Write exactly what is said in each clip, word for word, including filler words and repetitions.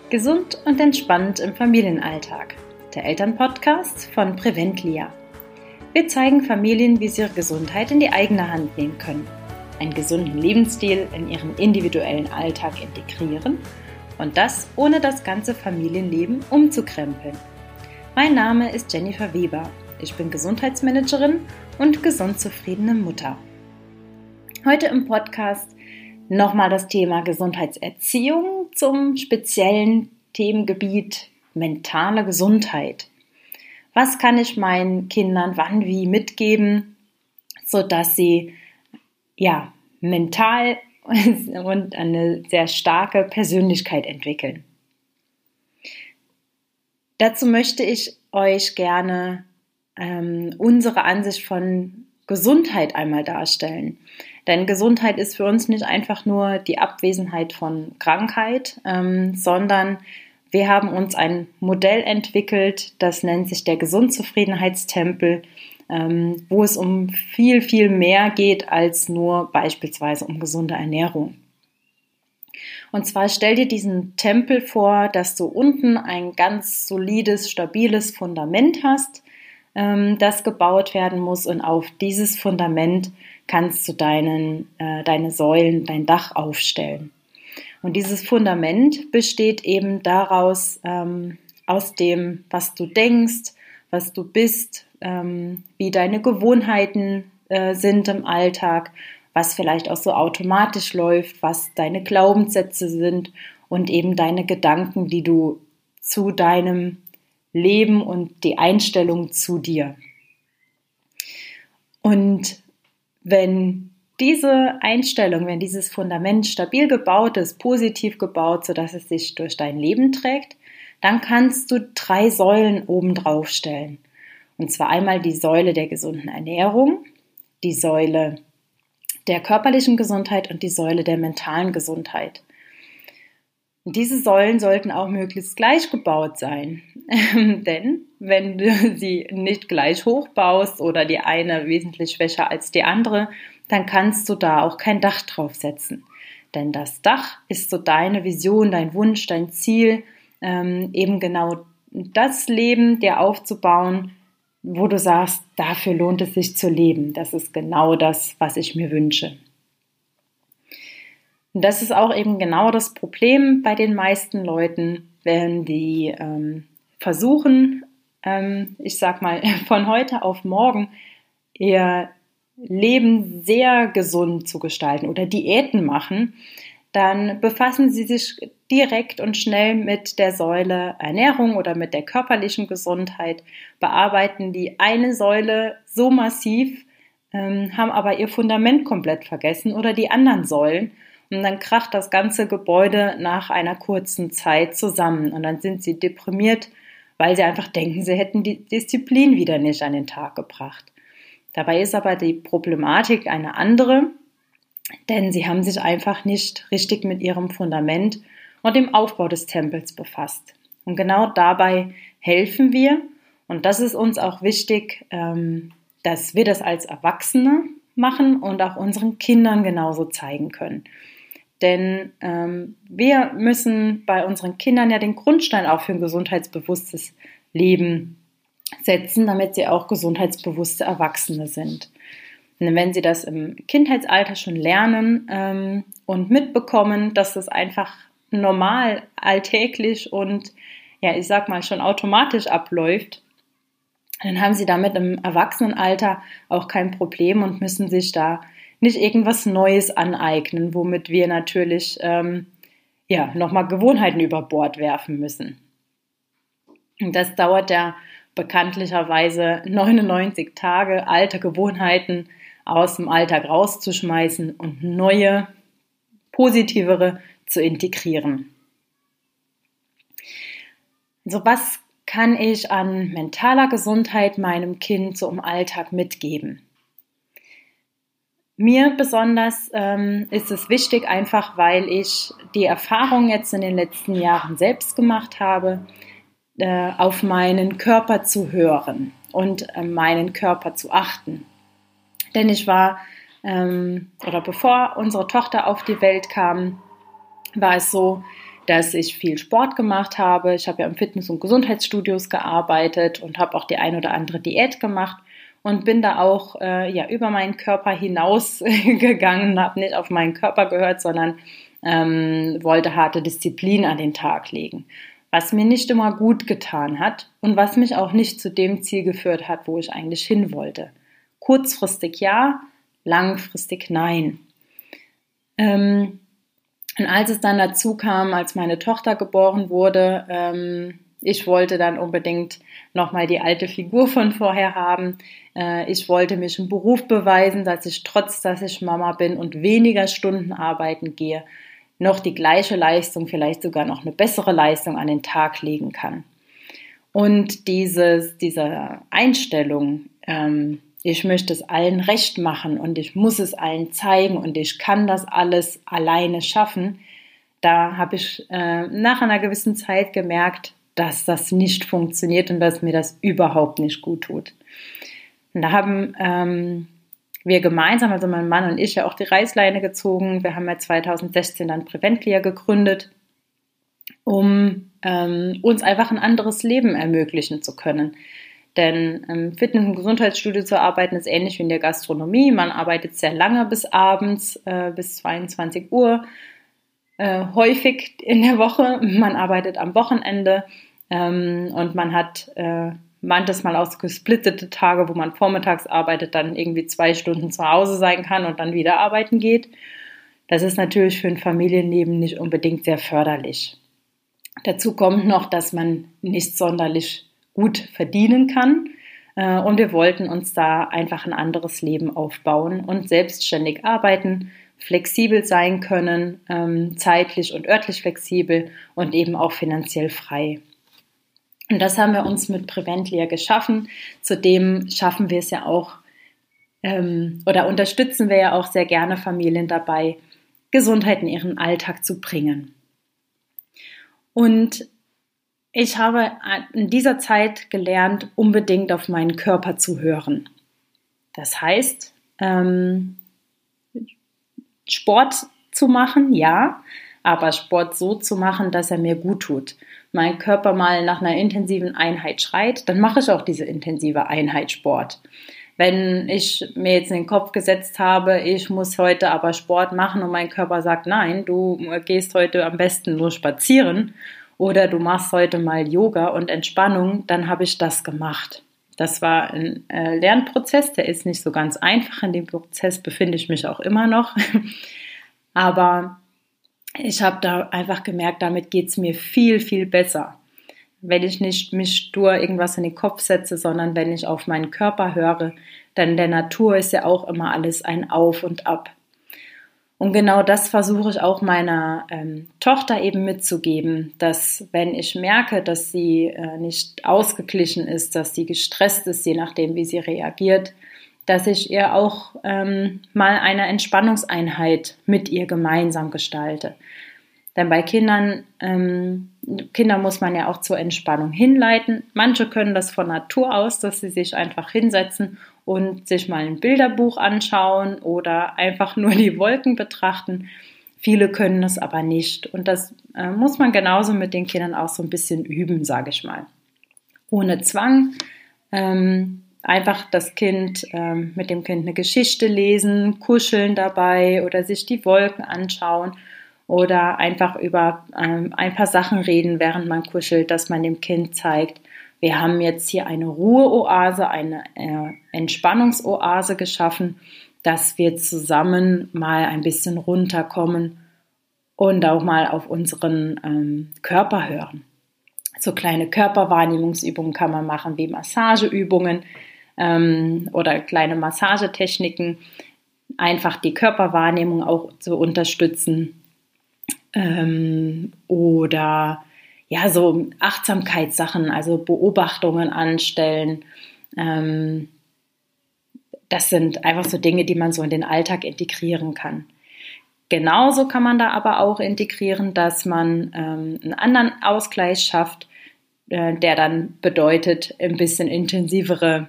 Gesund und entspannt im Familienalltag. Der Elternpodcast von Preventlia. Wir zeigen Familien, wie sie ihre Gesundheit in die eigene Hand nehmen können, einen gesunden Lebensstil in ihren individuellen Alltag integrieren und das ohne das ganze Familienleben umzukrempeln. Mein Name ist Jennifer Weber. Ich bin Gesundheitsmanagerin und gesund zufriedene Mutter. Heute im Podcast nochmal das Thema Gesundheitserziehung zum speziellen Themengebiet mentale Gesundheit. Was kann ich meinen Kindern wann wie mitgeben, sodass sie ja mental und eine sehr starke Persönlichkeit entwickeln? Dazu möchte ich euch gerne ähm, unsere Ansicht von Gesundheit einmal darstellen. Denn Gesundheit ist für uns nicht einfach nur die Abwesenheit von Krankheit, ähm, sondern wir haben uns ein Modell entwickelt, das nennt sich der Gesundzufriedenheitstempel, ähm, wo es um viel, viel mehr geht als nur beispielsweise um gesunde Ernährung. Und zwar stell dir diesen Tempel vor, dass du unten ein ganz solides, stabiles Fundament hast, ähm, das gebaut werden muss, und auf dieses Fundament kannst du deinen, äh, deine Säulen, dein Dach aufstellen. Und dieses Fundament besteht eben daraus, ähm, aus dem, was du denkst, was du bist, ähm, wie deine Gewohnheiten äh, sind im Alltag, was vielleicht auch so automatisch läuft, was deine Glaubenssätze sind und eben deine Gedanken, die du zu deinem Leben und die Einstellung zu dir. Und wenn diese Einstellung, wenn dieses Fundament stabil gebaut ist, positiv gebaut, sodass es sich durch dein Leben trägt, dann kannst du drei Säulen obendrauf stellen. Und zwar einmal die Säule der gesunden Ernährung, die Säule der körperlichen Gesundheit und die Säule der mentalen Gesundheit. Und diese Säulen sollten auch möglichst gleich gebaut sein, denn wenn du sie nicht gleich hoch baust oder die eine wesentlich schwächer als die andere, dann kannst du da auch kein Dach drauf setzen. Denn das Dach ist so deine Vision, dein Wunsch, dein Ziel, ähm, eben genau das Leben dir aufzubauen, wo du sagst, dafür lohnt es sich zu leben. Das ist genau das, was ich mir wünsche. Und das ist auch eben genau das Problem bei den meisten Leuten, wenn die ähm, versuchen, ähm, ich sag mal, von heute auf morgen ihr Leben sehr gesund zu gestalten oder Diäten machen, dann befassen sie sich direkt und schnell mit der Säule Ernährung oder mit der körperlichen Gesundheit, bearbeiten die eine Säule so massiv, ähm, haben aber ihr Fundament komplett vergessen oder die anderen Säulen. Und dann kracht das ganze Gebäude nach einer kurzen Zeit zusammen. Und dann sind sie deprimiert, weil sie einfach denken, sie hätten die Disziplin wieder nicht an den Tag gebracht. Dabei ist aber die Problematik eine andere, denn sie haben sich einfach nicht richtig mit ihrem Fundament und dem Aufbau des Tempels befasst. Und genau dabei helfen wir. Und das ist uns auch wichtig, dass wir das als Erwachsene machen und auch unseren Kindern genauso zeigen können. Denn ähm, wir müssen bei unseren Kindern ja den Grundstein auch für ein gesundheitsbewusstes Leben setzen, damit sie auch gesundheitsbewusste Erwachsene sind. Und wenn sie das im Kindheitsalter schon lernen ähm, und mitbekommen, dass es einfach normal, alltäglich und ja, ich sag mal schon automatisch abläuft, dann haben sie damit im Erwachsenenalter auch kein Problem und müssen sich da nicht irgendwas Neues aneignen, womit wir natürlich ähm, ja, nochmal Gewohnheiten über Bord werfen müssen. Und das dauert ja bekanntlicherweise neunundneunzig Tage, alte Gewohnheiten aus dem Alltag rauszuschmeißen und neue, positivere zu integrieren. So, was kann ich an mentaler Gesundheit meinem Kind so im Alltag mitgeben? Mir besonders ähm, ist es wichtig, einfach weil ich die Erfahrung jetzt in den letzten Jahren selbst gemacht habe, äh, auf meinen Körper zu hören und äh, meinen Körper zu achten. Denn ich war, ähm, oder bevor unsere Tochter auf die Welt kam, war es so, dass ich viel Sport gemacht habe. Ich habe ja im Fitness- und Gesundheitsstudios gearbeitet und habe auch die ein oder andere Diät gemacht und bin da auch äh, ja, über meinen Körper hinaus gegangen, habe nicht auf meinen Körper gehört, sondern ähm, wollte harte Disziplin an den Tag legen, was mir nicht immer gut getan hat und was mich auch nicht zu dem Ziel geführt hat, wo ich eigentlich hin wollte. Kurzfristig ja, langfristig nein. Ähm, und als es dann dazu kam, als meine Tochter geboren wurde, ähm, ich wollte dann unbedingt nochmal die alte Figur von vorher haben. Äh, ich wollte mich im Beruf beweisen, dass ich trotz, dass ich Mama bin und weniger Stunden arbeiten gehe, noch die gleiche Leistung, vielleicht sogar noch eine bessere Leistung an den Tag legen kann. Und dieses, diese Einstellung, ähm, ich möchte es allen recht machen und ich muss es allen zeigen und ich kann das alles alleine schaffen, da habe ich äh, nach einer gewissen Zeit gemerkt, dass das nicht funktioniert und dass mir das überhaupt nicht gut tut. Und da haben ähm, wir gemeinsam, also mein Mann und ich, ja auch die Reißleine gezogen. Wir haben ja zwanzig sechzehn dann Preventlia gegründet, um ähm, uns einfach ein anderes Leben ermöglichen zu können. Denn im Fitness- und Gesundheitsstudio zu arbeiten ist ähnlich wie in der Gastronomie. Man arbeitet sehr lange bis abends, äh, bis zweiundzwanzig Uhr, äh, häufig in der Woche. Man arbeitet am Wochenende ähm, und man hat äh, manches Mal auch so gesplittete Tage, wo man vormittags arbeitet, dann irgendwie zwei Stunden zu Hause sein kann und dann wieder arbeiten geht. Das ist natürlich für ein Familienleben nicht unbedingt sehr förderlich. Dazu kommt noch, dass man nicht sonderlich gut verdienen kann. Und wir wollten uns da einfach ein anderes Leben aufbauen und selbstständig arbeiten, flexibel sein können, zeitlich und örtlich flexibel und eben auch finanziell frei. Und das haben wir uns mit Preventlia geschaffen. Zudem schaffen wir es ja auch oder unterstützen wir ja auch sehr gerne Familien dabei, Gesundheit in ihren Alltag zu bringen. Und ich habe in dieser Zeit gelernt, unbedingt auf meinen Körper zu hören. Das heißt, ähm, Sport zu machen, ja, aber Sport so zu machen, dass er mir gut tut. Mein Körper mal nach einer intensiven Einheit schreit, dann mache ich auch diese intensive Einheit Sport. Wenn ich mir jetzt in den Kopf gesetzt habe, ich muss heute aber Sport machen und mein Körper sagt, nein, du gehst heute am besten nur spazieren, oder du machst heute mal Yoga und Entspannung, dann habe ich das gemacht. Das war ein äh, Lernprozess, der ist nicht so ganz einfach. In dem Prozess befinde ich mich auch immer noch. Aber ich habe da einfach gemerkt, damit geht es mir viel, viel besser. Wenn ich nicht mich stur irgendwas in den Kopf setze, sondern wenn ich auf meinen Körper höre, denn in der Natur ist ja auch immer alles ein Auf und Ab. Und genau das versuche ich auch meiner ähm, Tochter eben mitzugeben, dass wenn ich merke, dass sie äh, nicht ausgeglichen ist, dass sie gestresst ist, je nachdem, wie sie reagiert, dass ich ihr auch ähm, mal eine Entspannungseinheit mit ihr gemeinsam gestalte. Denn bei Kindern, ähm, Kinder muss man ja auch zur Entspannung hinleiten. Manche können das von Natur aus, dass sie sich einfach hinsetzen und sich mal ein Bilderbuch anschauen oder einfach nur die Wolken betrachten. Viele können das aber nicht. Und das äh, muss man genauso mit den Kindern auch so ein bisschen üben, sage ich mal. Ohne Zwang. Ähm, einfach das Kind, ähm, mit dem Kind eine Geschichte lesen, kuscheln dabei oder sich die Wolken anschauen. Oder einfach über ähm, ein paar Sachen reden, während man kuschelt, dass man dem Kind zeigt, wir haben jetzt hier eine Ruheoase, eine äh, Entspannungsoase geschaffen, dass wir zusammen mal ein bisschen runterkommen und auch mal auf unseren ähm, Körper hören. So kleine Körperwahrnehmungsübungen kann man machen, wie Massageübungen ähm, oder kleine Massagetechniken, einfach die Körperwahrnehmung auch zu unterstützen. Ähm, oder ja, so Achtsamkeitssachen, also Beobachtungen anstellen. Ähm, das sind einfach so Dinge, die man so in den Alltag integrieren kann. Genauso kann man da aber auch integrieren, dass man ähm, einen anderen Ausgleich schafft, äh, der dann bedeutet, ein bisschen intensivere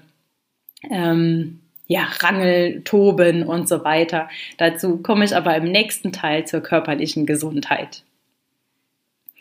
ähm, ja, Rangel, Toben und so weiter. Dazu komme ich aber im nächsten Teil zur körperlichen Gesundheit.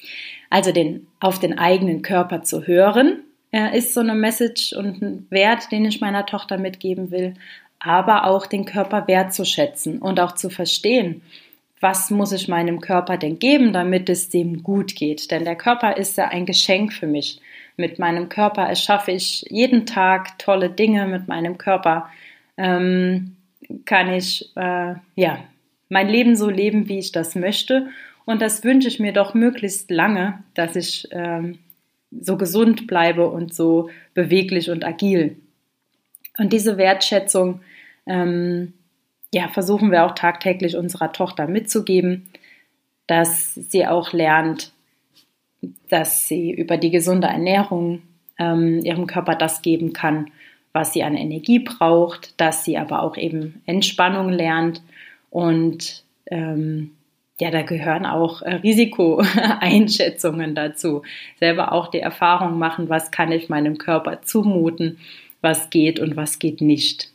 Also den, auf den eigenen Körper zu hören, äh, ist so eine Message und ein Wert, den ich meiner Tochter mitgeben will, aber auch den Körper wertzuschätzen und auch zu verstehen, was muss ich meinem Körper denn geben, damit es dem gut geht. Denn der Körper ist ja ein Geschenk für mich. Mit meinem Körper erschaffe ich jeden Tag tolle Dinge. Mit meinem Körper ähm, kann ich äh, ja, mein Leben so leben, wie ich das möchte. Und das wünsche ich mir doch möglichst lange, dass ich ähm, so gesund bleibe und so beweglich und agil. Und diese Wertschätzung ähm, ja, versuchen wir auch tagtäglich unserer Tochter mitzugeben, dass sie auch lernt, dass sie über die gesunde Ernährung ähm, ihrem Körper das geben kann, was sie an Energie braucht, dass sie aber auch eben Entspannung lernt und ähm, ja, da gehören auch äh, Risikoeinschätzungen dazu. Selber auch die Erfahrung machen, was kann ich meinem Körper zumuten, was geht und was geht nicht.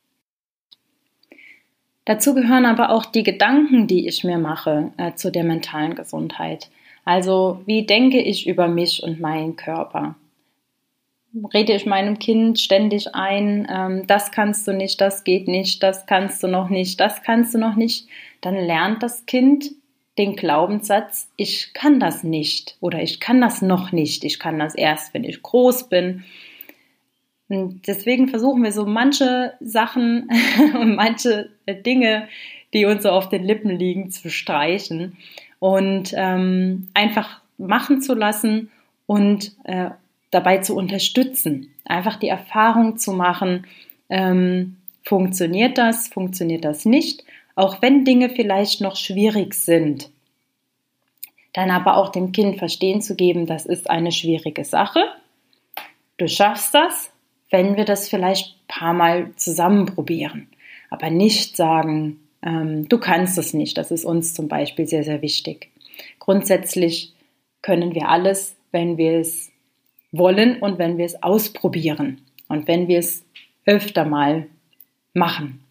Dazu gehören aber auch die Gedanken, die ich mir mache äh, zu der mentalen Gesundheit. Also wie denke ich über mich und meinen Körper? Rede ich meinem Kind ständig ein, ähm, das kannst du nicht, das geht nicht, das kannst du noch nicht, das kannst du noch nicht, dann lernt das Kind den Glaubenssatz, ich kann das nicht oder ich kann das noch nicht, ich kann das erst, wenn ich groß bin. Und deswegen versuchen wir so manche Sachen und manche Dinge, die uns so auf den Lippen liegen, zu streichen und ähm, einfach machen zu lassen und äh, dabei zu unterstützen. Einfach die Erfahrung zu machen, ähm, funktioniert das, funktioniert das nicht, auch wenn Dinge vielleicht noch schwierig sind. Dann aber auch dem Kind verstehen zu geben, das ist eine schwierige Sache, du schaffst das, wenn wir das vielleicht ein paar Mal zusammen probieren. Aber nicht sagen, ähm, du kannst es nicht. Das ist uns zum Beispiel sehr, sehr wichtig. Grundsätzlich können wir alles, wenn wir es wollen und wenn wir es ausprobieren und wenn wir es öfter mal machen.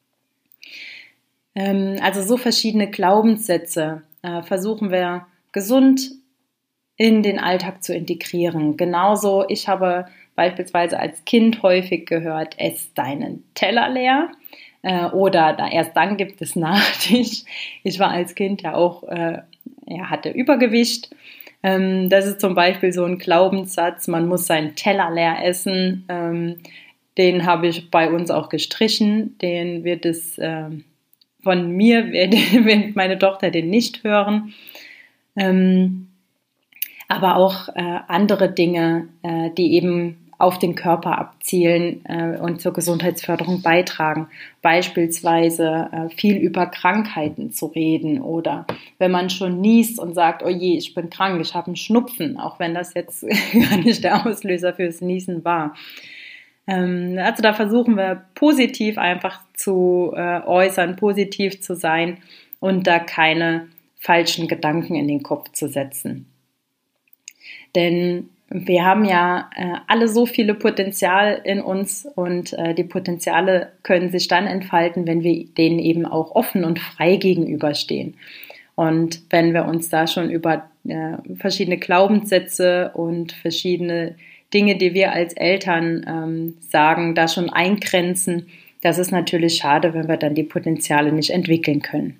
Ähm, also so verschiedene Glaubenssätze äh, versuchen wir gesund in den Alltag zu integrieren. Genauso, ich habe beispielsweise als Kind häufig gehört, ess deinen Teller leer äh, oder da, erst dann gibt es Nachtisch. Ich war als Kind ja auch, äh, ja, hatte Übergewicht. Ähm, das ist zum Beispiel so ein Glaubenssatz, man muss seinen Teller leer essen. Ähm, den habe ich bei uns auch gestrichen. Den wird es äh, von mir, wird meine Tochter den nicht hören. Ähm, aber auch äh, andere Dinge, äh, die eben auf den Körper abzielen äh, und zur Gesundheitsförderung beitragen. Beispielsweise äh, viel über Krankheiten zu reden oder wenn man schon niest und sagt, oh je, ich bin krank, ich habe einen Schnupfen, auch wenn das jetzt gar nicht der Auslöser fürs Niesen war. Ähm, also da versuchen wir positiv einfach zu äh, äußern, positiv zu sein und da keine falschen Gedanken in den Kopf zu setzen. Denn wir haben ja äh, alle so viele Potenzial in uns und äh, die Potenziale können sich dann entfalten, wenn wir denen eben auch offen und frei gegenüberstehen. Und wenn wir uns da schon über äh, verschiedene Glaubenssätze und verschiedene Dinge, die wir als Eltern ähm, sagen, da schon eingrenzen, das ist natürlich schade, wenn wir dann die Potenziale nicht entwickeln können.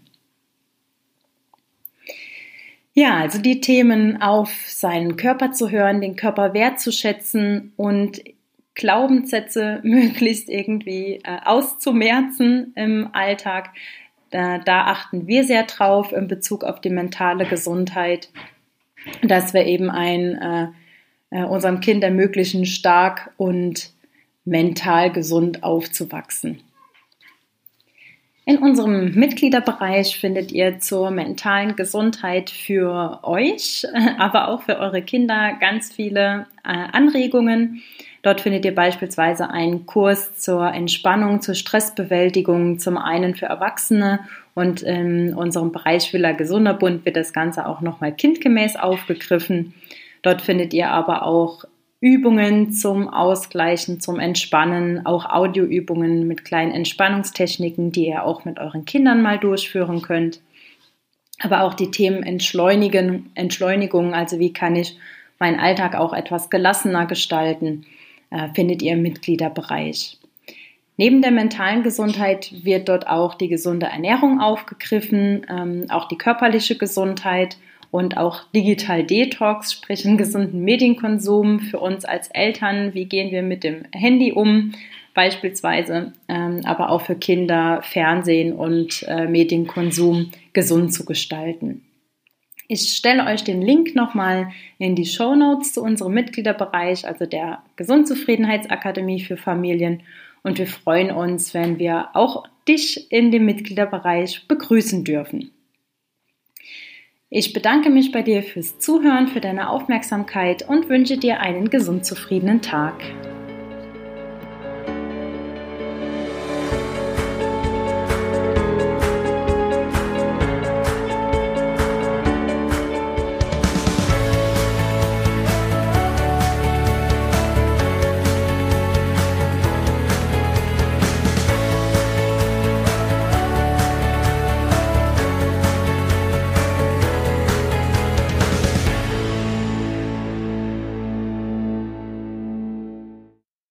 Ja, also die Themen auf seinen Körper zu hören, den Körper wertzuschätzen und Glaubenssätze möglichst irgendwie äh, auszumerzen im Alltag. Da, da achten wir sehr drauf in Bezug auf die mentale Gesundheit, dass wir eben ein, äh, äh, unserem Kind ermöglichen, stark und mental gesund aufzuwachsen. In unserem Mitgliederbereich findet ihr zur mentalen Gesundheit für euch, aber auch für eure Kinder ganz viele äh, Anregungen. Dort findet ihr beispielsweise einen Kurs zur Entspannung, zur Stressbewältigung, zum einen für Erwachsene und in unserem Bereich Villa Gesunder Bund wird das Ganze auch nochmal kindgemäß aufgegriffen. Dort findet ihr aber auch Übungen zum Ausgleichen, zum Entspannen, auch Audioübungen mit kleinen Entspannungstechniken, die ihr auch mit euren Kindern mal durchführen könnt. aber auch die Themen Entschleunigen, Entschleunigung, also wie kann ich meinen Alltag auch etwas gelassener gestalten, äh, findet ihr im Mitgliederbereich. Neben der mentalen Gesundheit wird dort auch die gesunde Ernährung aufgegriffen, ähm, auch die körperliche Gesundheit und auch Digital Detox, sprich einen gesunden Medienkonsum für uns als Eltern. Wie gehen wir mit dem Handy um? Beispielsweise, ähm, aber auch für Kinder Fernsehen und äh, Medienkonsum gesund zu gestalten. Ich stelle euch den Link nochmal in die Shownotes zu unserem Mitgliederbereich, also der Gesundzufriedenheitsakademie für Familien. Und wir freuen uns, wenn wir auch dich in dem Mitgliederbereich begrüßen dürfen. Ich bedanke mich bei dir fürs Zuhören, für deine Aufmerksamkeit und wünsche dir einen gesund zufriedenen Tag.